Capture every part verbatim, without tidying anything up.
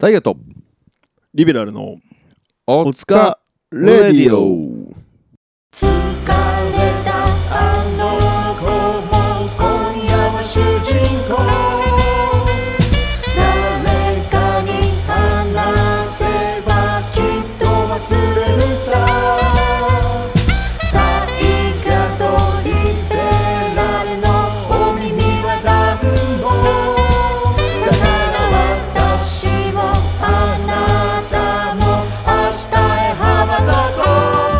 タイガとリベラルのおつかレディオ。 疲れたあの子も今夜は主人公。誰かに話せばきっと忘れるさ。大河とリベラルのお耳は暖房。だから私もあなたも明日へ羽ばたこう。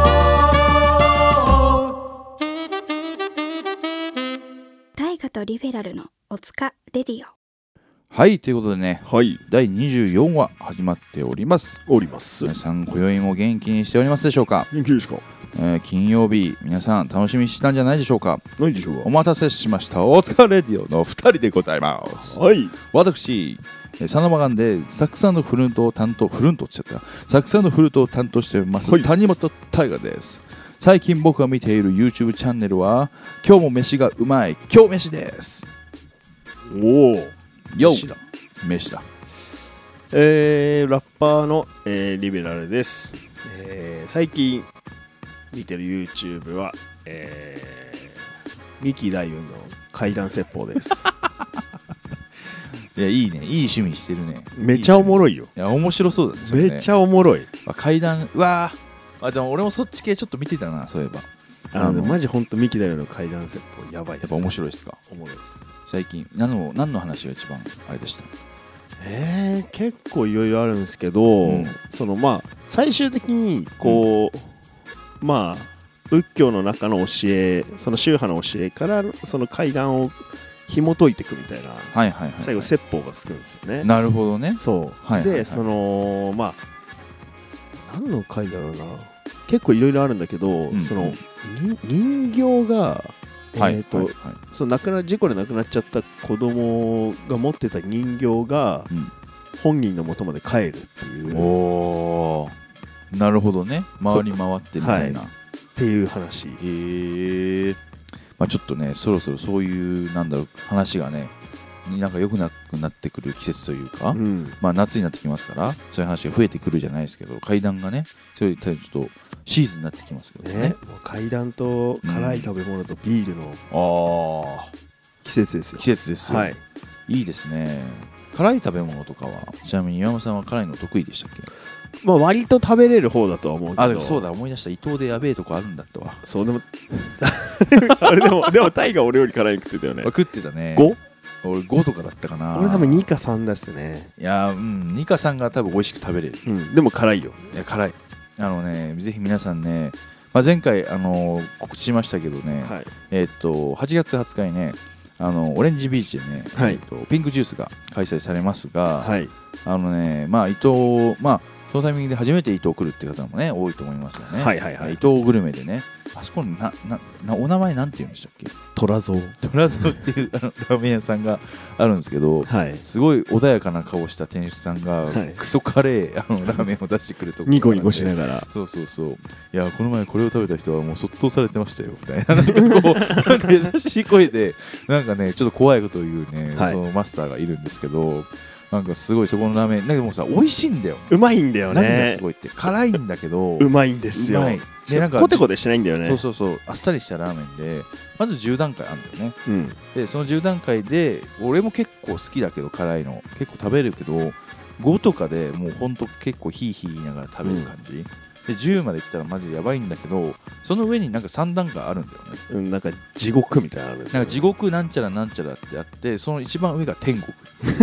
大河とリベラルのおつかレディオ。 はい、ということでね、 はいだいにじゅうよんわ始まっております。 おります。 皆さん今宵も元気にしておりますでしょうか。 元気ですか。 えー金曜日皆さん楽しみにしたんじゃないでしょうか。 ないでしょうお待たせしました、おつかレディオのふたりでございます。 か。はい私サナバガンでサックス&フルートを担当フルートって言っちゃったサックス&フルートを担当しております、 はい谷本大河です。最近僕が見ている YouTube チャンネルは今日も飯がうまい今日飯です。 おおよ飯だ飯だ。 えー、ラッパーの、えー、リベラルです、えー、最近見てる YouTube は、えー、三木大雲の怪談説法ですいやいいね、いい趣味してるね。 めちゃおもろい。 ろいよ。 いや面白そうだね。それねめちゃおもろい。 あ階段うわーあでも俺もそっち系ちょっと見てたな。そういえばあのねあのマジほんと三木大雲の怪談説法やばいです。 やっぱ面白いですか。 おもろいです。 最近何の何の話が一番あれでした。 えー、結構いろいろあるんですけど、 うんそのまあ最終的にこう、まあ仏教の中の教え、その宗派の教えからその怪談を紐解いていくみたいな、 はいはいはい、はい、 最後説法がつくんですよね。 なるほどね。 そう、 はいはいはいでそのまあ何の回だろうな、結構いろいろあるんだけど、 うんその人人形がはいえーとはいはいその亡くな事故で亡くなっちゃった子供が持ってた人形がうん本人の元まで帰るっていうおーなるほどね。回り回ってみたいな、 はっていう話。 へえ、まあ、ちょっとねそろそろそういうなんだろう話がねなんか良くなくなってくる季節というか、 うんまあ夏になってきますからそういう話が増えてくるじゃないですけど、階段がねそういうちょっとシーズンになってきますけどね。 ね、もう階段と辛い食べ物とビールのああ季節ですよ。 季節ですよ、 はい。 いいですね。辛い食べ物とかはちなみに岩間さんは辛いの得意でしたっけ。 まあ割と食べれる方だとは思うけど。 あでもそうだ思い出した、伊東でやべえとこあるんだったわ。 そうでもあれでもでもタイが俺より辛いの食ってたよね。 食ってたね。 ご？ 俺ごとかだったかな。 俺多分にかさんですね。 いやーうんにかさんが多分美味しく食べれる。 うんでも辛いよ。 いや辛い。あのねぜひ皆さんね、まあ、前回あのー告知しましたけどね、 はい。 えーっとはちがつはつかにねあのオレンジビーチでね、 はいえーっとピンクジュースが開催されますが、 はい。 あのねまあ伊東まあそのタイミングで初めて伊東来るって方もね多いと思いますよね。 はいはいはい伊東グルメでね、あそこになななお名前なんて言うんでしたっけ。 虎蔵。 トラゾっていうあのラーメン屋さんがあるんですけど、 はい。 すごい穏やかな顔した店主さんが、 はいクソカレーあのラーメンを出してくるとこニコニコしながら。 そうそうそう、いやこの前これを食べた人はもうそっとされてましたよみたいな、なんかこうなんか優しい声でなんかねちょっと怖いことを言うね、 はいそのマスターがいるんですけど、なんかすごいそこのラーメンなんかでもさ美味しいんだよ。 うまいんだよ何がねす。ごいって辛いんだけどうまいんですよ。 うまいでなんかコテコテしてないんだよね。 そうそうそうあっさりしたラーメンでまずじゅうだんかいあるんだよね。 うん。 でそのじゅうだんかいで俺も結構好きだけど辛いの結構食べるけどごとかでもうほんと結構ヒーヒー言いながら食べる感じ、でじゅうまでいったらマジでやばいんだけどその上になんかさんだんかいあるんだよね。 うん、なんか地獄みたいなのあるんだよね。 なんか地獄なんちゃらなんちゃらってあってその一番上が天国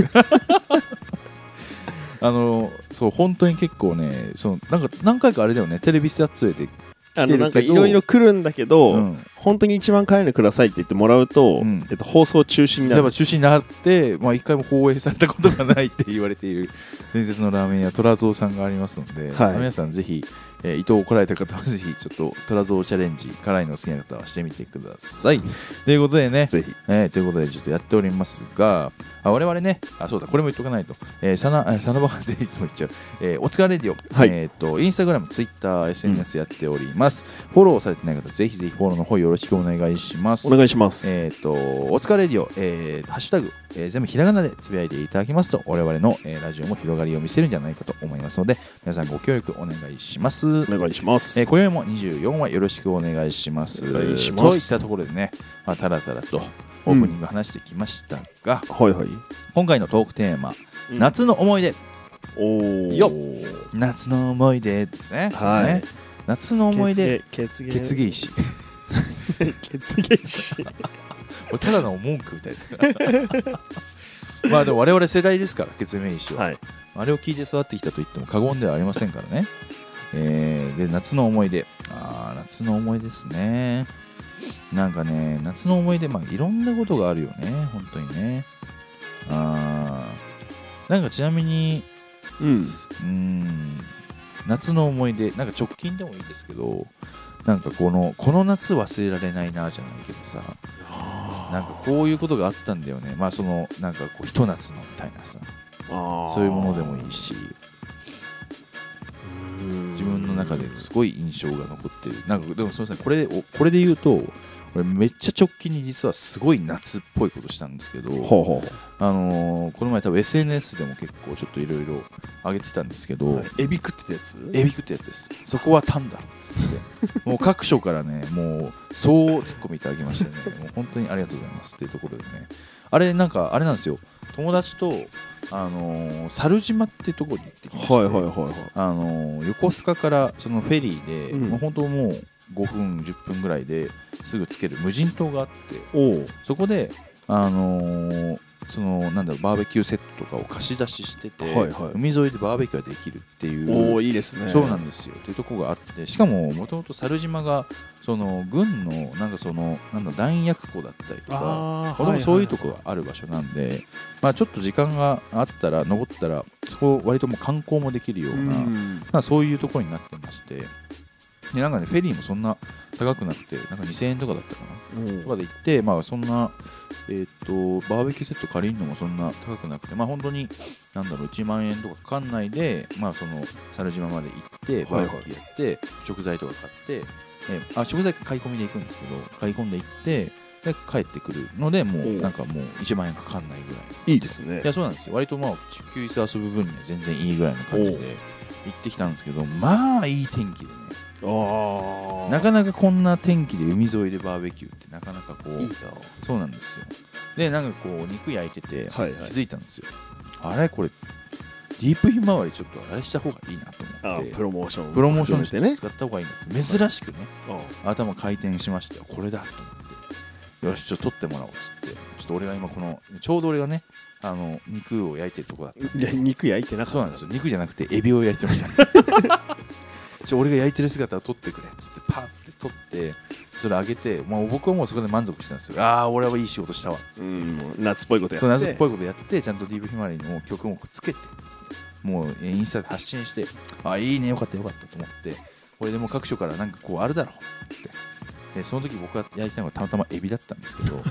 あのそう本当に結構ねそのなんか何回かあれだよねテレビ撮影であのなんかいろいろ来るんだけど、 うん本当に一番辛いのくださいって言ってもらうと、 うんえっと、放送中止になる。 やっぱ中止になって、まあ、一回も放映されたことがないって言われている伝説のラーメン屋虎蔵さんがありますので、 はい皆さんぜひ、えー、伊東来られた方はぜひちょっと虎蔵チャレンジ辛いの好きな方はしてみてくださいということでね、 ぜひ。 えー、ということでちょっとやっておりますが、あ我々ねあそうだこれも言っとかないと、えー、サナサナバガでいつも言っちゃう、えー、おつかレディオ、 はいえー、とインスタグラムツイッター エスエヌエス やっております、フォローされてない方ぜひぜひフォローの方よろしくお願いします。 お願いします。 えっ、ー、とおつかレディオ、えー、ハッシュタグ、えー、全部ひらがなでつぶやいていただきますと我々の、えー、ラジオも広がりを見せるんじゃないかと思いますので皆さんご協力お願いします。 お願いします。 えー、今宵もにじゅうよんわよろしくお願いします。 お願いします。 といったところでね、まあ、たらたらとオープニング話してきましたが、 うん、はいはい、今回のトークテーマ、うん、夏の思い出。 およ夏の思い出ですね。 はい、ね、 夏の思い出。 血芸血芸石血芸石ただの文句みたいなまあでも我々世代ですから血芸石は、はい、あれを聞いて育ってきたと言っても過言ではありませんからね。えー、で夏の思い出、あ夏の思い出ですね。なんかね夏の思い出、まあいろんなことがあるよね本当にね。あなんかちなみにうん、 うーん夏の思い出、なんか直近でもいいですけど、なんかこのこの夏忘れられないなじゃないけどさ、なんかこういうことがあったんだよね。まあそのなんかこうひと夏のみたいなさ、あそういうものでもいいし、自分の中ですごい印象が残ってる。なんかでもすみません、これこれで言うと。これめっちゃ直近に実はすごい夏っぽいことしたんですけど、 ほうほう、 あのー、この前多分 エスエヌエス でも結構ちょっといろいろ上げてたんですけど、はい、 エビ食ってたやつエビ食ってたやつです。そこはタンだろっつってもう各所からねもうそうツッコミいただきましてねもう本当にありがとうございますっていうところでね、あれなんかあれなんですよ、友達とあのー、猿島っていうところに行ってきまして、 はいはいはいはい、 あのー、横須賀からそのフェリーで、 うん、 もう本当もうごふんじゅっぷんぐらいですぐつける無人島があって、 おそこで、あのー、そのなんだろうバーベキューセットとかを貸し出ししてて、 はいはい、 海沿いでバーベキューができるっていう、 おいいですね。 そうなんですよっていうところがあって、しかももともと猿島がその軍のなんかそのなんだ弾薬庫だったりとか、もともとそういうところがある場所なんで、はいはい、まあ、ちょっと時間があったら残ったらそこ割ともう観光もできるような、うん、まあ、そういうところになってまして。でなんかねフェリーもそんな高くなくてなんかにせんえんとかだったかな、うん、とかで行って、まあ、そんな、えー、とバーベキューセット借りるのもそんな高くなくて、まあ、本当になんだろういちまんえんとかかかんないで、まあ、その猿島まで行ってバーベキューやって、はいはい、食材とか買って、えー、あ食材買い込みで行くんですけど買い込んで行ってで帰ってくるのでもうなんかもういちまんえんかかんないぐらい。 いいですね。 いやそうなんですよ、割とまあ休日遊ぶ分には全然いいぐらいの感じで行ってきたんですけど、まあいい天気でね、あなかなかこんな天気で海沿いでバーベキューってなかなかこういいな。そうなんですよ。でなんかこう肉焼いてて気づいたんですよ、はいはい、あれこれディープひまわりちょっとあれした方がいいなと思って、 プロモーションプロモーションしてね使った方がいいなって珍しくね頭回転しまして、これだと思ってよしちょっと取ってもらおうっつって、ちょっと俺が今このちょうど俺がねあの肉を焼いてるとこだったんで。 いや肉焼いてなかった。 そうなんですよ、肉じゃなくてエビを焼いてましたちょ俺が焼いてる姿を撮ってくれっつってパッて撮ってそれあげて、まあ、僕はもうそこで満足したんですよ。ああ俺はいい仕事したわっつって、うん、もう夏っぽいことやって夏っぽいことやってちゃんと ディーブイ ひまわりにも曲もつけてもうインスタで発信して、あいいねよかったよかったと思って、これでもう各所からなんかこうあるだろうってでその時僕が焼いたのがたまたまエビだったんですけど、はい、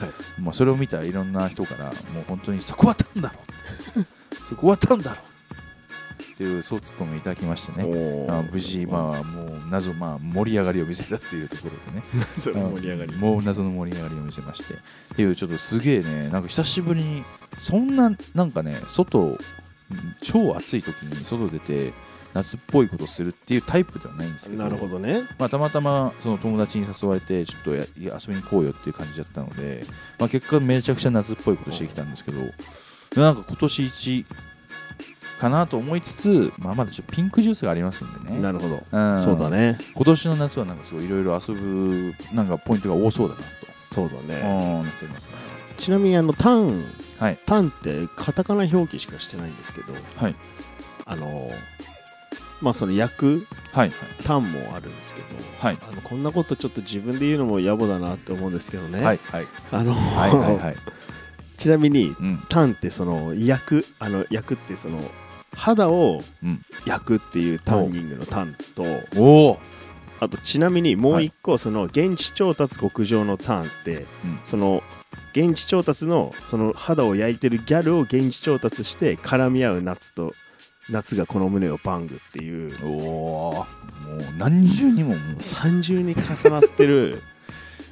もうそれを見たいろんな人からもう本当にそこはタンだろうそこはタンだろうっていうそうツッコミをいただきましてね、まあ、無事まあもう謎まあ盛り上がりを見せたっていうところでね謎の盛り上がりもう謎の盛り上がりを見せましてっていうちょっとすげえねなんか久しぶりにそんななんかね外超暑い時に外出て夏っぽいことするっていうタイプではないんですけど、 なるほどね、 まあ、たまたまその友達に誘われてちょっとや遊びに行こうよっていう感じだったので、まあ、結果めちゃくちゃ夏っぽいことしてきたんですけど、なんか今年一かなと思いつつ、まあ、まだちょっとピンクジュースがありますんでね。 なるほど、 うん、 そうだね。 今年の夏はなんかすごいいろいろ遊ぶなんかポイントが多そうだなと。 そうだね、 うん、なってますね。 ちなみにあのタン、 はい、 タンってカタカナ表記しかしてないんですけど、 はい、 あのまあその焼く、 はい、 タンもあるんですけど、 はい、 あのこんなことちょっと自分で言うのも野暮だなって思うんですけどね、 はいはい、 あのはいはいはい、 ちなみに、 うん、 タンってその焼くあの焼くってその肌を焼くっていうタンニングのタンと、 おあとちなみにもう一個その現地調達極上のタンって、うん、その現地調達のその肌を焼いてるギャルを現地調達して絡み合う夏と夏がこの胸をバングっていう、 おーもう何重にももう三重に重なってる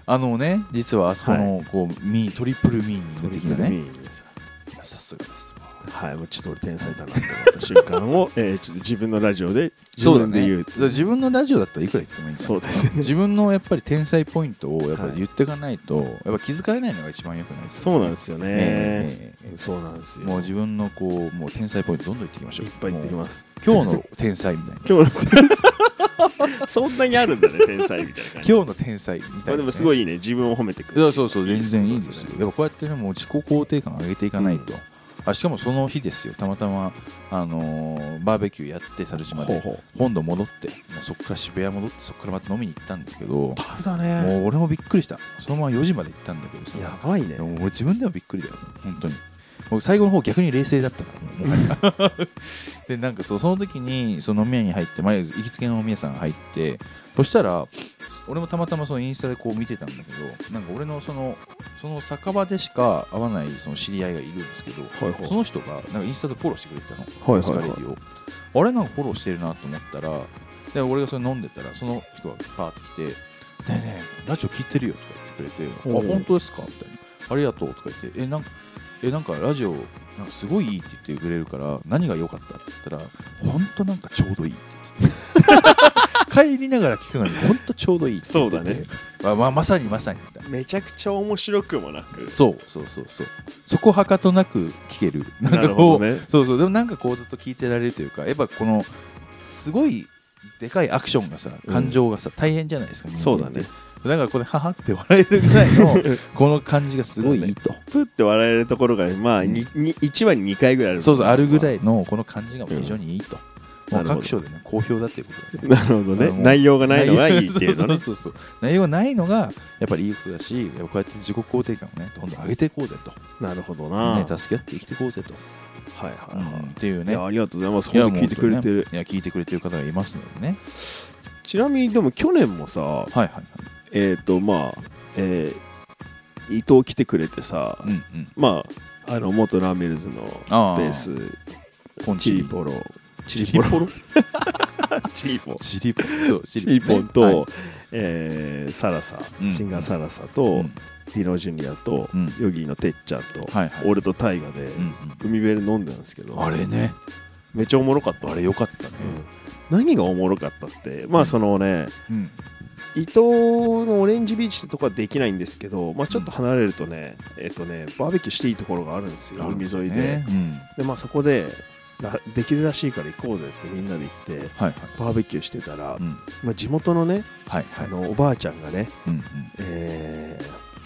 あのね実はあそこのこうミートリプルミーニング的なね。 トリプルミーニングですさすがですわ。 はい、もうちょっと俺天才だなと思った瞬間を、えー、ちょっと自分のラジオで自分で言うっていう。 自分のラジオだったらいくら言ってもいいんだよ。 そうですね。 自分のやっぱり天才ポイントをやっぱり言っていかないと、やっぱ気づかれないのが一番良くないですよね。 そうなんですよね、 えーえーえーそうなんですよ。 もう自分のこうもう天才ポイントどんどん言っていきましょう。 いっぱい言ってきます。 今日の天才みたいな。 今日の天才そんなにあるんだね、天才みたいな感じ。 今日の天才みたいな、ね。 まあでもすごいいいね、自分を褒めてくる。 いやそうそう全然いいんですよ。やっぱこうやってねもう自己肯定感上げていかないと。うんあしかもその日ですよたまたま、あのー、バーベキューやって猿島でほうほ本土戻ってもうそこから渋谷戻ってそこからまた飲みに行ったんですけどタフだね。 もう俺もびっくりしたそのままよじまで行ったんだけどさやばいね。 もう俺自分でもびっくりだよ本当に僕最後の方逆に冷静だったからもうでなんかそうその時にその飲み屋に入って前行きつけの飲み屋さんが入ってそしたら俺もたまたまそのインスタでこう見てたんだけどなんか俺のそのその酒場でしか会わないその知り合いがいるんですけど、 はいはい、 その人がなんかインスタでフォローしてくれてたの、 はいはいはい、 スカレディをあれなんかフォローしてるなと思ったらで俺がそれ飲んでたらその人がパーって来てねえねえラジオ聞いてるよとか言ってくれてあ本当ですかみたいなありがとうとか言ってえなんかえなんかラジオなんかすごいいいって言ってくれるから何が良かったって言ったら本当なんかちょうどいいって言って帰りながら聞くのに本当ちょうどいいって言っててそうだね、 まあまあ、まさにまさにめちゃくちゃ面白くもなくそうそうそうそうそこはかとなく聞けるなんかこう、ね、そうそうでもなんかこうずっと聞いてられるというかやっぱこのすごいでかいアクションがさ感情がさ、うん、大変じゃないですかそうだねだからこれははって笑えるぐらいのこの感じがすごいいいとプって笑えるところがまあ、うん、いちわににかいぐらいあるそうそうあるぐらいのこの感じが非常にいいと、うん、もう各所でね好評だっていうことで、 ね、なるほどね内容がないのがいいっていうのねそうそうそう内容がないのがやっぱりいいことだしやっぱこうやって自己肯定感をねどんどん上げていこうぜとなるほどな、 ね、助け合って生きていこうぜとはいはいはい、うん、 っていうねいやありがとうございます本当聞いてくれてるいや,、ね、いや聞いてくれてる方がいますのでねちなみにでも去年もさはいはいはいえっ、ー、とまあえー、伊藤来てくれてさ、 うんうん、 まああの元ラミルズのベースチリポロチリポロチリポンチリポンそうチリポンと、はいえー、サラサ、うん、シンガーサラサと、うん、ディノジュニアと、うん、ヨギーのてっちゃんと、はいはい、俺とタイガで、うんうん、海辺で飲んでたんですけどあれねめっちゃおもろかったあれよかったね、 うん、何がおもろかったってまあそのね、うん伊東のオレンジビーチってとこはできないんですけど、まあ、ちょっと離れるとね、うん、えっとねバーベキューしていいところがあるんですよ、海沿いで、うん、でまあそこでできるらしいから行こうぜってみんなで行って、はいはい、バーベキューしてたら、うんまあ、地元のね、はいはい、あのおばあちゃんがね、うんうんえ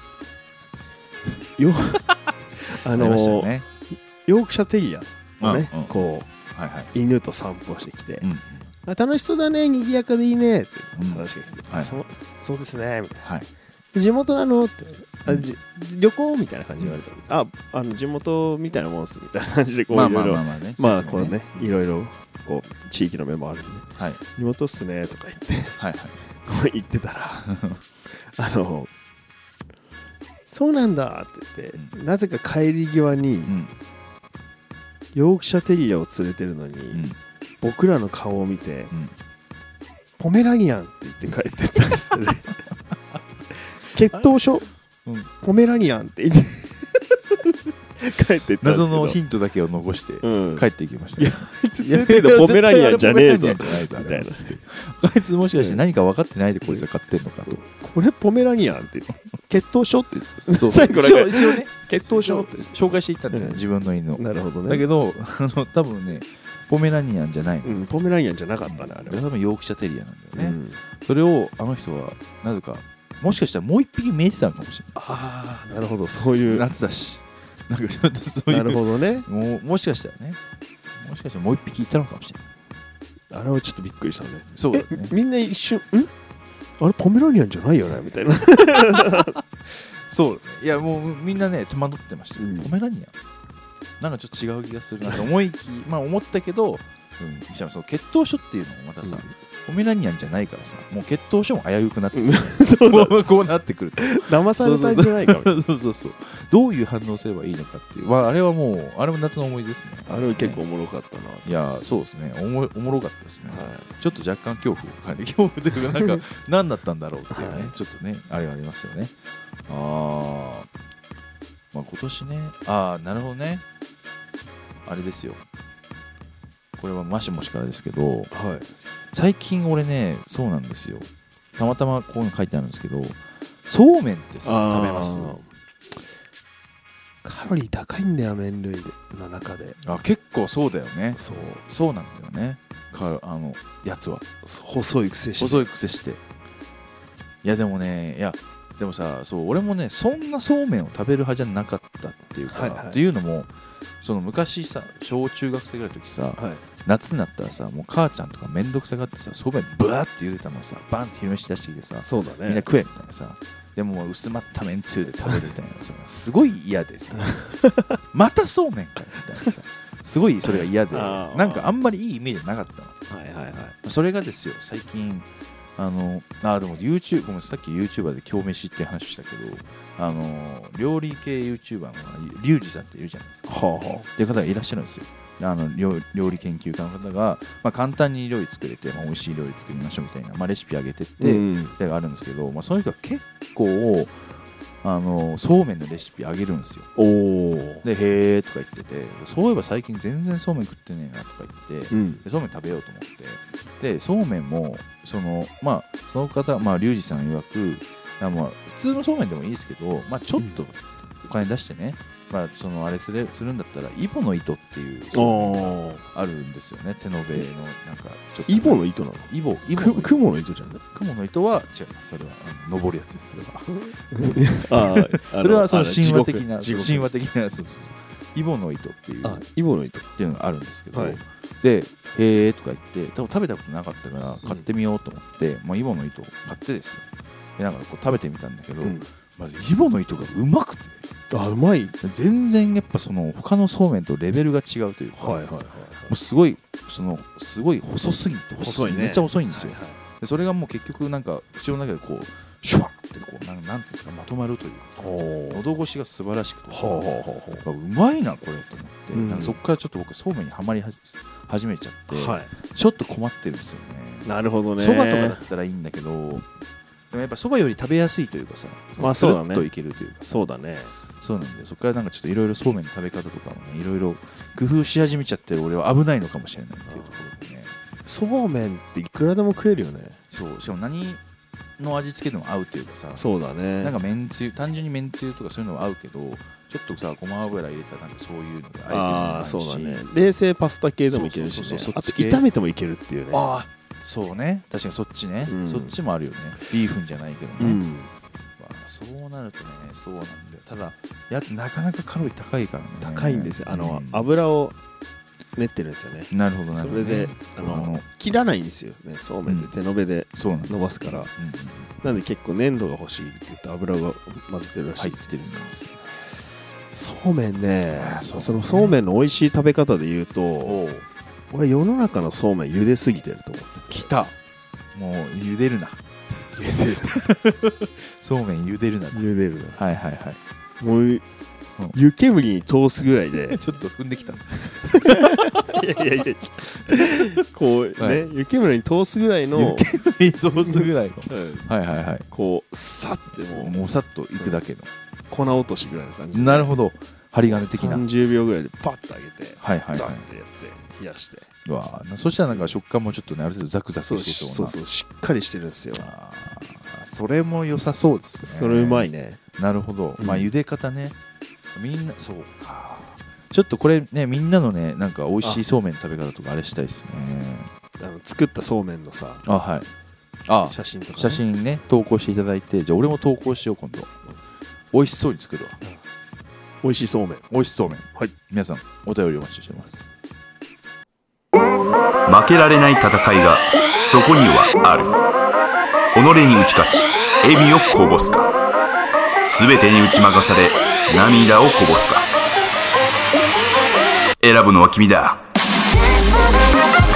ー、よあのーね、ヨークシャテリアをね、うんうんこうはいはい、犬と散歩してきて、うん楽しそうだね、賑やかでいいねって話が来て、うんはい、そ, そうですねみたいな、はい、地元なのってあじ旅行みたいな感じで言われた、うん、ああの地元みたいなもんすみたいな感じでこういろいろまあこうねいろいろこう地域の目もあるんで、はい、地元っすねとか言って、はいはい、こう言ってたらあのそうなんだって言って、うん、なぜか帰り際に、うん、ヨークシャテリアを連れてるのに、うん僕らの顔を見て、うん、ポメラニアンって言って帰ってったんですよね血統書、うん、ポメラニアンって言って帰ってったんですけど謎のヒントだけを残して帰っていきました、ね、 いやあいつ連れてるのポメラニアンじゃねえぞみたいなあいつもしかして何か分かってないでこいつが買ってんのかとこれポメラニアンって血統書ってそう最後だけ一応ね血統書って紹介していったんだよね、うん、自分の犬をなるほどねだけどあの多分ねポメラニアンじゃないの、 うん、ポメラニアンじゃなかったねあれは多分ヨークシャテリアなんだよね、うん、それをあの人はなぜかもしかしたらもう一匹見えてたのかもしれないああなるほどそういう夏だしなんかちょっとそういうなるほどねも, もしかしたらねもしかしたらもう一匹いたのかもしれないあれはちょっとびっくりしたねそうだねみんな一瞬んあれポメラニアンじゃないよねみたいなそういやもうみんなね戸惑ってました、うん、ポメラニアンなんかちょっと違う気がするなと思いきまあ思ったけどうん、しかもその血糖症っていうのもまたさ、うんポメラニアンじゃないからさ、もう血糖症も危うくなってくるそうこうなってくると騙されたんじゃないかみたいなそうそうそうどういう反応すればいいのかっていう、まあ、あれはもうあれも夏の思い出ですね。 あれは結構おもろかったな。 いやそうですね、おもおもろかったですね、はい、ちょっと若干恐怖を感じ恐怖というかなんか何だったんだろうっていうね、はい、ちょっとねあれがありますよね。ああまあ今年ね、ああなるほどね、あれですよ、これはマシモシからですけど、はい、最近俺ねそうなんですよ、たまたまここに書いてあるんですけど、そうめんってさ食べます？ カロリー高いんだよ、麺類の中で。 あ結構そうだよね。 そうそうなんだよね、かあのやつは細い癖して細い癖していやでもね、いやでもさ、そう俺もねそんなそうめんを食べる派じゃなかったっていうか、はいはい、っていうのもその昔さ小中学生ぐらいの時さ、はい、夏になったらさもう母ちゃんとかめんどくさがってさそうめんブワーって茹でたのをさバンって昼飯出してきてさ、 そうだね、 みんな食えみたいなさ、でも薄まっためんつゆで食べるみたいなさすごい嫌でさまたそうめんかよみたいなさすごいそれが嫌でなんかあんまりいいイメージなかったの、はいはいはい、それがですよ最近あのあでも YouTube ごめんさっき YouTuber で京飯って話したけど、あの料理系 YouTuber のリュウジさんっているじゃないですか、はあはあ、っていう方がいらっしゃるんですよ。あの 料, 料理研究家の方が、まあ、簡単に料理作れて、まあ、美味しい料理作りましょうみたいな、まあ、レシピ上げてって、うん、ってがあるんですけど、まあ、その人は結構あのそうめんのレシピ上げるんですよ。おでへーとか言ってて、そういえば最近全然そうめん食ってねえなとか言って、うん、でそうめん食べようと思ってでそうめんもそのまあその方、まあ、リュウジさん曰くあまあ普通のそうめんでもいいですけど、まあ、ちょっとお金出してね、うんまあ、そのあれするするんだったらイボの糸っていうそうめんがあるんですよね。手延べのなんかちょっとイボの糸なの？ イボイボクモの糸じゃない？ クモの糸は違います。それはあの登るやつです。それはあそれはその神話的な神話的なそうそうそうイボの糸っていうあイボの糸っていうのがあるんですけど、はい、でへーとか言って多分食べたことなかったから買ってみようと思って、うんまあ、イボの糸を買ってですねでなんかこう食べてみたもんだけど、うん、まずイボの糸がうまくてあうまい全然やっぱその他のそうめんとレベルが違うというか、はいはいはいはい、もうすごいそのすごい細すぎて細い、ね、めっちゃ細いんですよ、はいはい、でそれがもう結局なんか口の中でこうシュワッってこうなんなんていうんですかまとまるというかさ喉越しが素晴らしくてさうまいなこれと思って、うん、なんかそこからちょっと僕そうめんにはまりは始めちゃって、はい、ちょっと困ってるんですよね。 なるほどね。 そばとかだったらいいんだけどでもやっぱそばより食べやすいというかさまあそうだねずっといけるというかそうだねそうなんでそこからなんかちょっといろいろそうめんの食べ方とかもねいろいろ工夫し始めちゃってる俺は危ないのかもしれないっていうところでね。 そうめんっていくらでも食えるよね。 そうしかも何の味付けでも合うというかさそうだねなんかめんつゆ単純にめんつゆとかそういうのは合うけどちょっとさごま油入れたらなんかそういうのでああそうだね冷製パスタ系でもいけるしねあと炒めてもいけるっていうねああそうね確かにそっちね、うん、そっちもあるよねビーフンじゃないけどね、うん、そうなるとねそうなんだよ。ただやつなかなかカロリー高いからね高いんですよあの、うん、油を練ってるんですよね。 なるほどなるほど、ね、 それであのあの切らないんですよねそうめんで手延べで伸ばすから、うん、なんで結構粘度が欲しいって言って油が混ぜてるらしいですけど、ね、そうめんねそ, そのそうめんの美味しい食べ方で言うと俺世の中のそうめん茹ですぎてると思ってきたもう茹でるな茹でるそうめん茹でるな茹でるなはいはいはいもう湯煙に通すぐらいでちょっと踏んできたいやいやいやこうね、はい、湯煙に通すぐらいの湯煙に通すぐらいの、はい、はいはいはいこうさってもうもうさっといくだけの、 うん、粉落としぐらいの感じなるほど針金的なさんじゅうびょうぐらいでパッと上げて、はいはいはい、ザッてやって冷やしてうわそしたらなんか食感もちょっとねある程度ザクザクしてそうなそうそうしっかりしてるんですよ。 あそれも良さそうですね。 それうまいね。 なるほど、うん、まあ茹で方ねみんなそうかちょっとこれねみんなのねなんか美味しいそうめん食べ方とかあれしたいですね。 あの作ったそうめんのさあはいあ写真とか、ね、 写真ね投稿していただいてじゃあ俺も投稿しよう今度美味しそうに作るわ、うん、 美味しいそうめん美味しそうめんはい皆さんお便りお待ちしてます。 負けられない戦いがそこにはある。己に打ち勝ち笑みをこぼすか全てに打ち負かされ涙をこぼすか選ぶのは君だ。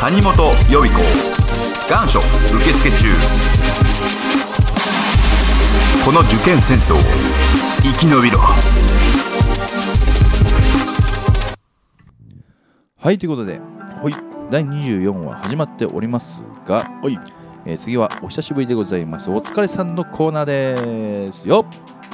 谷本予備校願書受付中。この受験戦争を生き延びろ。 はい、ということで、 はい、 だいにじゅうよんわ始まっておりますが、 はい、 えー、次はお久しぶりでございますお疲れさんのコーナーですよ。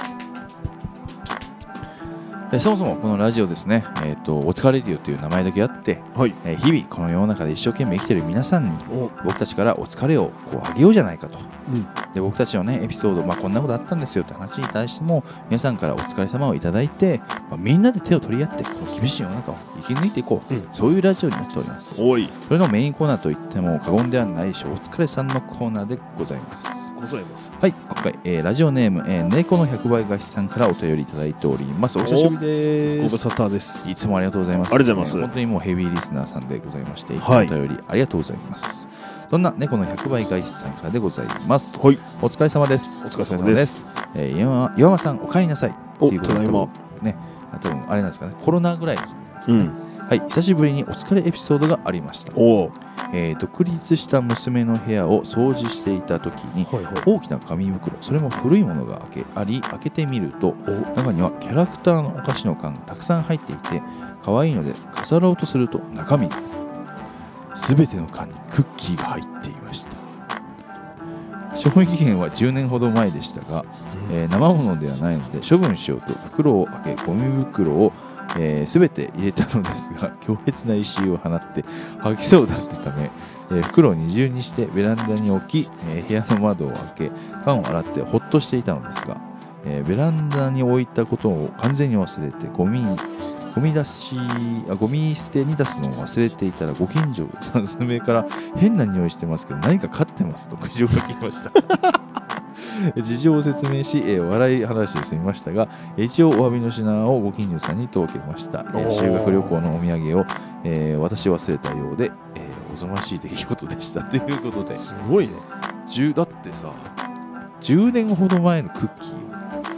えー、そもそもこのラジオですね、えー、とお疲れレディオという名前だけあって、 はい、 えー、日々この世の中で一生懸命生きている皆さんに僕たちからお疲れをこうあげようじゃないかと、うん、で僕たちのねエピソード、まあ、こんなことあったんですよって話に対しても皆さんからお疲れ様をいただいて、まあ、みんなで手を取り合ってこの厳しい世の中を生き抜いていこう、うん、そういうラジオになっております。 おい、 それのメインコーナーといっても過言ではないしお疲れさんのコーナーでございますございますはい、今回、えー、ラジオネーム、えー、猫のひゃくばい返しさんからお便りいただいております。お久しぶりです。 ご無沙汰です。 いつもありがとうございます。 ありがとうございます、 ね、本当にもうヘビーリスナーさんでございまして、いつもお便りありがとうございます、はい、そんな猫のひゃくばい返しさんからでございます、はい、お疲れ様です。 お疲れ様です。 えー、岩間さんお帰りなさいっていうことで、 ただいまね、多分あれなんですかね、コロナぐらいの時なんですかね、うん、はい、久しぶりにお疲れエピソードがありました。おえー、独立した娘の部屋を掃除していた時に、はいはい、大きな紙袋、それも古いものが開けあり開けてみると中にはキャラクターのお菓子の缶がたくさん入っていて可愛いので飾ろうとすると中身すべての缶にクッキーが入っていました。賞味期限はじゅうねんほど前でしたが、うんえー、生ものではないので処分しようと袋を開けゴミ袋をえー、全て入れたのですが強烈な異臭を放って吐きそうだったため、えー、袋を二重にしてベランダに置き、えー、部屋の窓を開け缶を洗ってほっとしていたのですが、えー、ベランダに置いたことを完全に忘れてゴミゴミ出しあゴミ捨てに出すのを忘れていたらご近所さん数名から変な匂いしてますけど何か飼ってますと苦情が来ました事情を説明し、えー、笑い話で済みましたが一応お詫びの品をご近所さんに届けました、えー、修学旅行のお土産を、えー、私忘れたようで、えー、おぞましい出来事でしたということで、 すごいね。 だってさじゅうねんほど前のクッキーを、うん、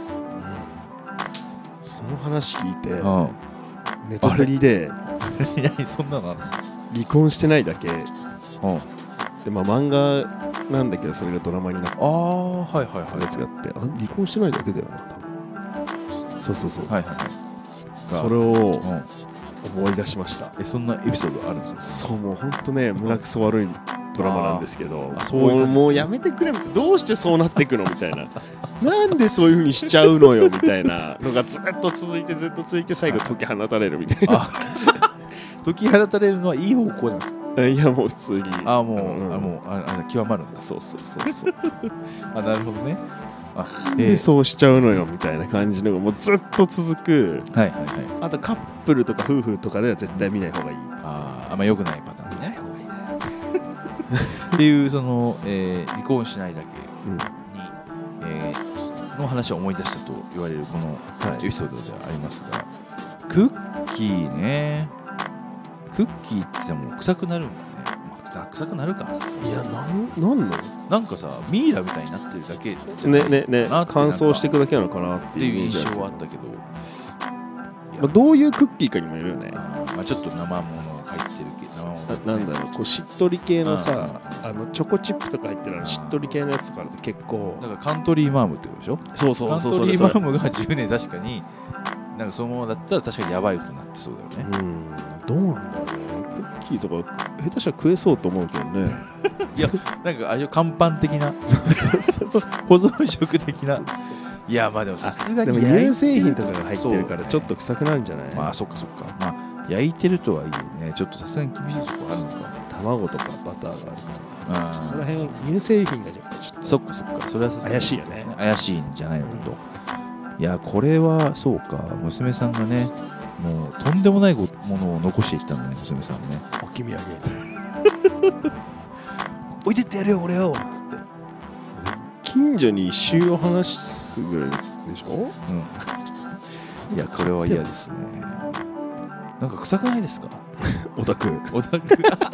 その話聞いて、うん、ネタフリでいやそんなのあるんですか。 離婚してないだけ、うん、でまあ漫画なんだけどそれがドラマになって、ああはいはいはいやつがあって、あ離婚してないだけだよな多分。そうそうそう、 はいはいはい、 それを思い出しました、うん、 えそんなエピソードあるんですか。 そうもうほんとね胸くそ悪いドラマなんですけど、 ああそういうもう、もうやめてくれ、どうしてそうなっていくのみたいななんでそういう風にしちゃうのよみたいなのがずっと続いてずっと続いて最後解き放たれるみたいな解き放たれるのはいい方向なんですか。 いやもう普通にああもう、うん、あもうああ極まるんだ。 そうそうそうそうあなるほどね。あなんでそうしちゃうのよみたいな感じのがもうずっと続く。 はいはいはい。 あとカップルとか夫婦とかでは絶対見ない方がいい。 あああんま良くないパターンね。っていうその、えー、離婚しないだけに、うんえー、の話を思い出したと言われるこのエピソードではありますが、はい、クッキーね。クッキーってでも臭くなるんだね。まあ、臭くなるか。 いや、なん、なんのなんかさ、ミイラみたいになってるだけねねね乾燥していくだけなのかなっていう印象はあったけど、 まあ、どういうクッキーかにもよるよね。 あ、まあ、ちょっと生もの入ってるけど、生もの、ね、 な, なんだろう、こうしっとり系のさ、あのチョコチップとか入ってるあのしっとり系のやつからって結構、 だからカントリーマームってことでしょ。 そうそうそうそう、 カントリーマームがじゅうねん確かになんかそのままだったら確かにやばいことになってそうだよね。 うん、どうなんだろうね。クッキーとか下手したら食えそうと思うけどね。 いやなんかあれ乾パン的な保存食的な。いやまあでもさすがにでも乳製品とかが入ってるからちょっと臭くなるんじゃない。 まあそっかそっか。まあ焼いてるとはいえねちょっとさすがに厳しいとこあるのか。 卵とかバターがあるから、そこら辺乳製品がやっぱちょっとそっかそっか。それはさすがに怪しいよね。 怪しいんじゃないのと。いやこれはそうか、娘さんがねもうとんでもないものを残していったのね、娘さんね。 置き土産置いてってやるよ俺よっつって近所に一周を話すぐらいでしょ。うんいやこれは嫌ですね。なんか臭くないですかオタクオタク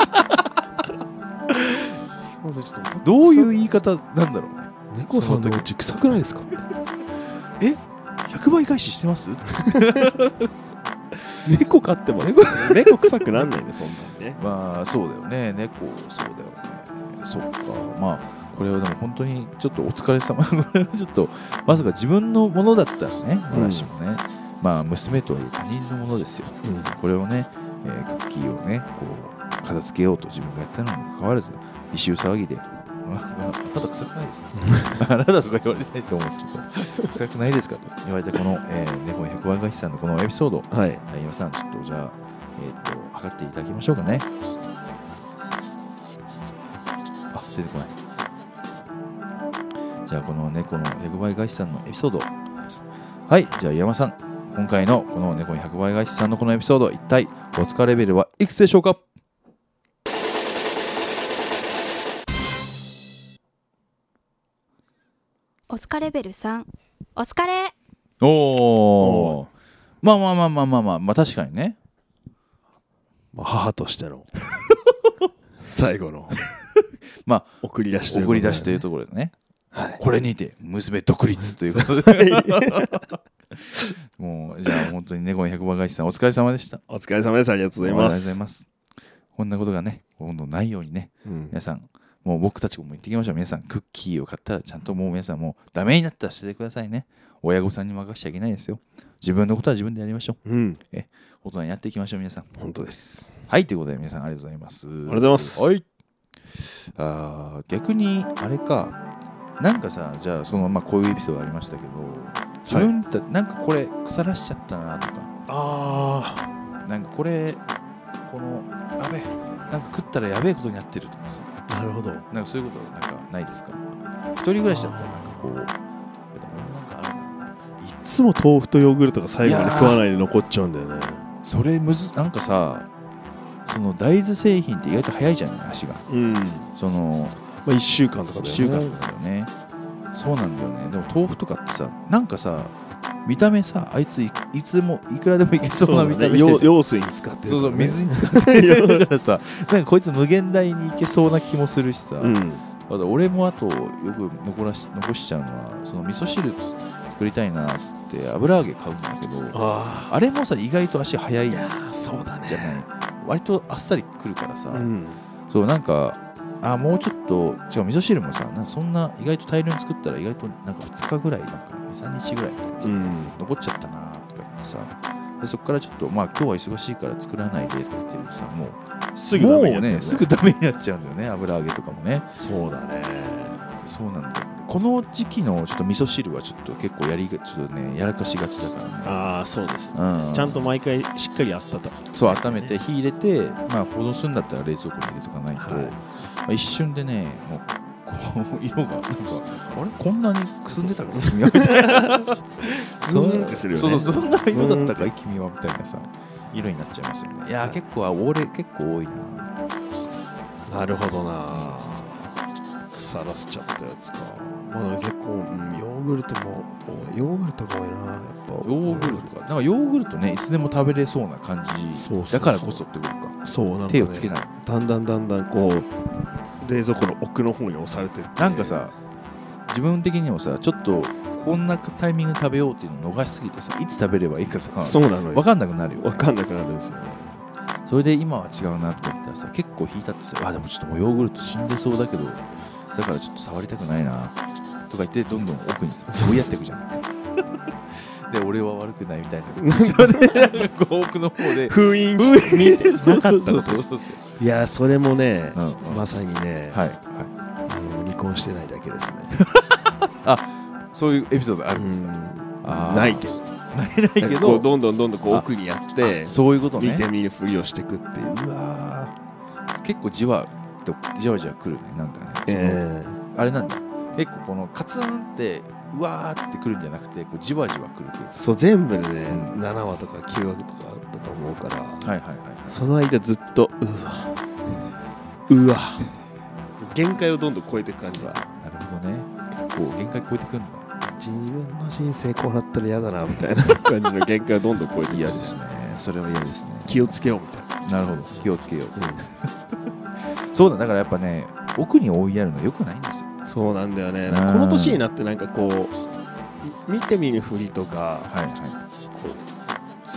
どういう言い方なんだろうね。 猫さんのうち臭くないですかえひゃくばい返ししてます猫飼ってます猫臭くなんないねそんなにね。 まあそうだよね、猫そうだよね。そっか、まあこれはでも本当にちょっとお疲れ様これはちょっとまさか自分のものだったらね、私もね、まあ娘とはいえ他人のものですよ、うん、これをね、えー、クッキーをねこう片付けようと自分がやったのにもかかわらず異臭騒ぎであなた臭くないですかあなたとか言われないと思うんですけど臭くないですかと言われたこの、えー、猫のひゃくばい返しさんのこのエピソード、はい、皆さんちょっとじゃあ、えー、と測っていただきましょうかね。あ、出てこない。じゃあこの猫のひゃくばい返しさんのエピソード、はい、じゃあ山さん、今回のこの猫のひゃくばい返しさんのこのエピソード、一体お疲れレベルはいくつでしょうか？ お疲れレベルさん、お疲れ。 おー、まあまあまあまあまあまあ、まあ、確かにね、 まあ、母としての最後のまあ送り出しという送り出しというところでね、はい、これにて娘独立ということでもうじゃあ本当に猫のひゃくばい返しさんお疲れ様でした。 お疲れ様です。ありがとうございます。 ありがとうございます。こんなことがね今度ないようにね、うん、皆さんもう僕たちも言ってきましょう。皆さんクッキーを買ったらちゃんともう皆さんもうダメになったら捨ててくださいね。親御さんに任せちゃいけないですよ。自分のことは自分でやりましょう、うん、え大人にやっていきましょう皆さん。 本当です。 はい、ということで皆さんありがとうございます。ありがとうございます。 はい。あ、逆にあれか、なんかさ、じゃあそのまあこういうエピソードありましたけど、自分ってなんかこれ腐らしちゃったなとか、ああ、なんかこれこのやべなんか食ったらやべえことになってるとかさ。 なるほど。 なんかそういうことなんかないですか？一人暮らしだったらなんかこう、なんかあるな。 いつも豆腐とヨーグルトが最後まで食わないで残っちゃうんだよね。 それむずなんかさ、その大豆製品って意外と早いじゃない足が。うん。そのまあいっしゅうかんとかだよね。いっしゅうかんとかだよね。 そうなんだよね。でも豆腐とかってさ、なんかさ。見た目さ、あいつ い, いつもいくらでもいけそうな見た目してる、ね、 用水に使ってる、ね、 そうそう水に使ってるだからさ、なんかこいつ無限大にいけそうな気もするしさ、うん、だから俺もあとよく残らし残しちゃうのはその味噌汁作りたいなっつって油揚げ買うんだけど、 あ, あれもさ意外と足早いじゃない。 そうだね、 割とあっさりくるからさ、うん、そうなんかあもうちょっと違う味噌汁もさなんかそんな意外と大量に作ったら意外となんかふつかぐらいなんかに、さんにちぐらいさ、うん、残っちゃったなとか言ってさ、でそこからちょっとまあ今日は忙しいから作らないでとか言ってるとさ、もうすぐダメになっちゃう、ね、すぐダメになっちゃうんだよね、油揚げとかもね。 そうだね、 そうなんだよ。この時期のちょっと味噌汁はちょっと結構やりがちょっとねやらかしがちだからね。 ああそうですね、うん、ちゃんと毎回しっかり温めて、 そう温めて火入れて、まあ保存するんだったら冷蔵庫に入れとかないと、はい、まあ、一瞬でねもうこう色がなんかあれこんなにくすんでたかな君はみたいなズーンってするよね。 そうそう、そんな色だったかい君はみたいなさ色になっちゃいますよね。いやー結構俺結構多いな。 なるほどな、腐らせちゃったやつか。まあ結構、うん、ヨーグルトもヨーグルトが多いな。やっぱヨーグルトかなんかヨーグルトねいつでも食べれそうな感じ。そうそうそう、だからこそってことか。そうなんか、ね、手をつけない。 だんだんだんだんこう冷蔵庫の奥の方に押されてって、 なんかさ自分的にもさちょっとこんなタイミングで食べようっていうのを逃しすぎてさ、いつ食べればいいかさそうなのよ、 分かんなくなるよ、ね、 分かんなくなるんですよね。 それで今は違うなって思ったらさ結構引いたってさ、あでもちょっともうヨーグルト死んでそうだけどだからちょっと触りたくないなとか言ってどんどん奥にさ追いやっていくじゃんで俺は悪くないみたいなこう奥の方で封印見てなかったの。いやそれもね、うんうん、まさにね、はいはい、離婚してないだけですねあそういうエピソードあるんですか？ あないけどないないけどどんどんどんどんこう奥にやってそういうことね、 見て見るふりをしていくっていう。 うわ結構じわとじわじわくるねなんかね、えー、あれなんだ結構このカツンってうわーってくるんじゃなくてこうじわじわくるけどそう全部でね、うん、ななわとかきゅうわとかあったと思うから、はいはいはい、その間ずっとうわうわ限界をどんどん超えていく感じは。なるほどね、結構限界超えてくんだ。 自分の人生こうなったら嫌だなみたいな感じの限界をどんどん超えていく。 嫌ですね、それは嫌ですね。 気をつけようみたいな。 なるほど気をつけよう、うん、そうだだからやっぱね奥に追いやるの良くないんですよ。 そうなんだよね。この年になってなんかこう見て見ぬふりとか、はいはい、こう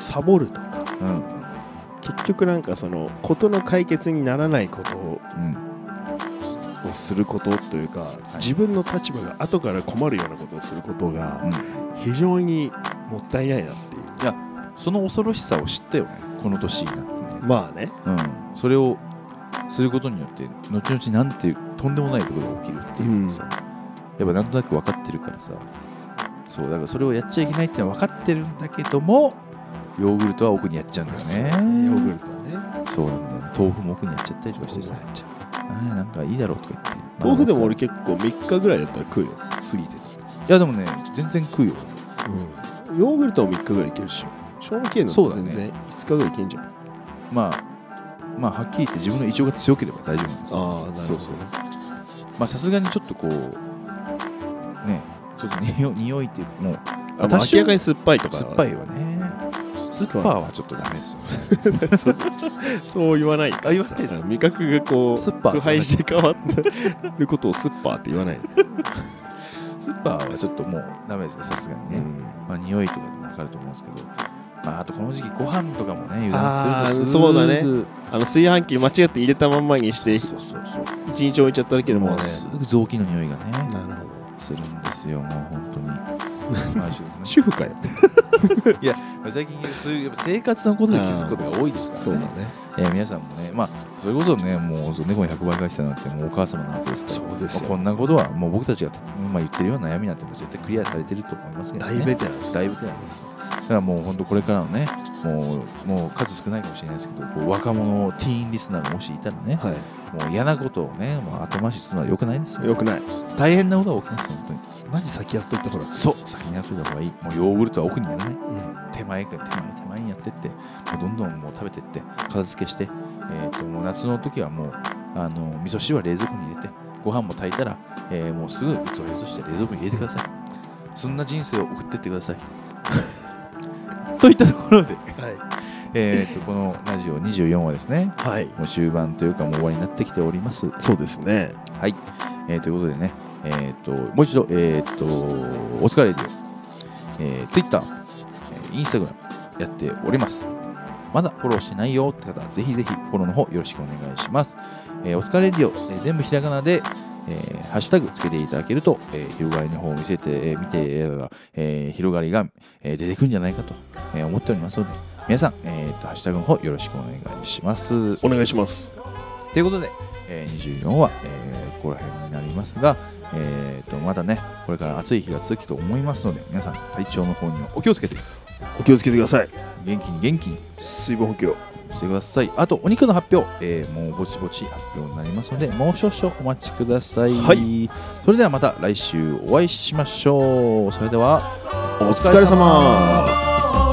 サボるとか、 うん、 結局なんかその事の解決にならないことを、 うん、 をすることというか、はい、自分の立場が後から困るようなことをすることが非常にもったいないなっていう、 いやその恐ろしさを知ったよねこの年になってね。 まあね、 うん、それをすることによって後々なんてとんでもないことが起きるっていうのさ、うん、やっぱなんとなく分かってるからさ、そうだからそれをやっちゃいけないってのは分かってるんだけどもヨーグルトは奥にやっちゃうんだよね。 ヨーグルトはね、 そうなんだよ、ね、豆腐も奥にやっちゃったりとかしてさ、あなんかいいだろうとか言って、 豆腐でも俺結構みっかぐらいだったら食うよ、過ぎてた。いやでもね全然食うよ、 うん、ヨーグルトもみっかぐらいいけるし、賞味期限の全然いつかぐらいいけんじゃん。 まあまあはっきり言って自分の胃腸が強ければ大丈夫なんですよ。 ああなるほど。そうそう。 まあさすがにちょっとこうねちょっと匂匂いっていうもうあ明らかに酸っぱいとか酸っぱいはね、スーパーはちょっとダメですよねそうそう言わないから、 あ言わないですか。 味覚がこうスッパー腐敗して変わってることをスッパーって言わないスーパーはちょっともうダメですねさすがにね、うん、まあ匂いとかでも分かると思うんですけど、まあ、あとこの時期ご飯とかもね油断するとすぐそうだね、あの炊飯器間違って入れたまんまにしてそうそうそう一日置いちゃっただけでもうねすぐ臓器の匂いがねなるほどするんですよもう本当に主婦かよいや最近そういうやっぱ生活のことで気づくことが多いですからね。 そうだね、 えー、皆さんもねまあそれこそねもう猫にひゃくばい返したなんてもうお母様なわけですから、 そうですよ、 まあ、こんなことはもう僕たちが今言ってるような悩みなんても絶対クリアされてると思いますけどね。 大ベテランです大ベテランですよ。だからもう本当これからのねもうもう数少ないかもしれないですけどこう若者ティーンリスナーがもしいたらね、はい、もう嫌なことをねもう後回しするのは良くないですよ。 良くない。 大変なことが起きます本当に。 マジ先やっといたほら。 そう先にやっといた方がいい。もうヨーグルトは奥にやらない、うん、手前から手前手前にやってってもうどんどんもう食べてって片付けして、えー、ともう夏の時はもうあの味噌汁は冷蔵庫に入れてご飯も炊いたら、えー、もうすぐ器を外して冷蔵庫に入れてください。そんな人生を送ってってくださいといったところで、はいえー、とこのラジオにじゅうよんわですね、はい、もう終盤というかもう終わりになってきております。 そうですね、 はいえー、ということでね、えー、ともう一度、えー、とお疲れレディオ、えー、Twitter、インスタグラムやっております。まだフォローしてないよって方はぜひぜひフォローの方よろしくお願いします。えー、お疲れレディオ、えー、全部ひらがなでえー、ハッシュタグつけていただけると、えー、広がりの方を見せて、えー、見て、えー、広がりが、えー、出てくるんじゃないかと、えー、思っておりますので皆さん、えー、とハッシュタグの方よろしくお願いします。 お願いします。 ということで、えー、にじゅうよんわ、えー、ここら辺になりますが、えー、とまたねこれから暑い日が続くと思いますので皆さん体調の方にはお気をつけてお気をつけてください。 元気に元気に水分補給をしてください。あとお肉の発表、えー、もうぼちぼち発表になりますのでもう少々お待ちください、はい、それではまた来週お会いしましょう。それではお疲れ様。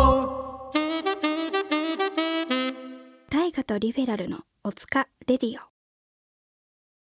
大河とリベラルのおつかレディオ。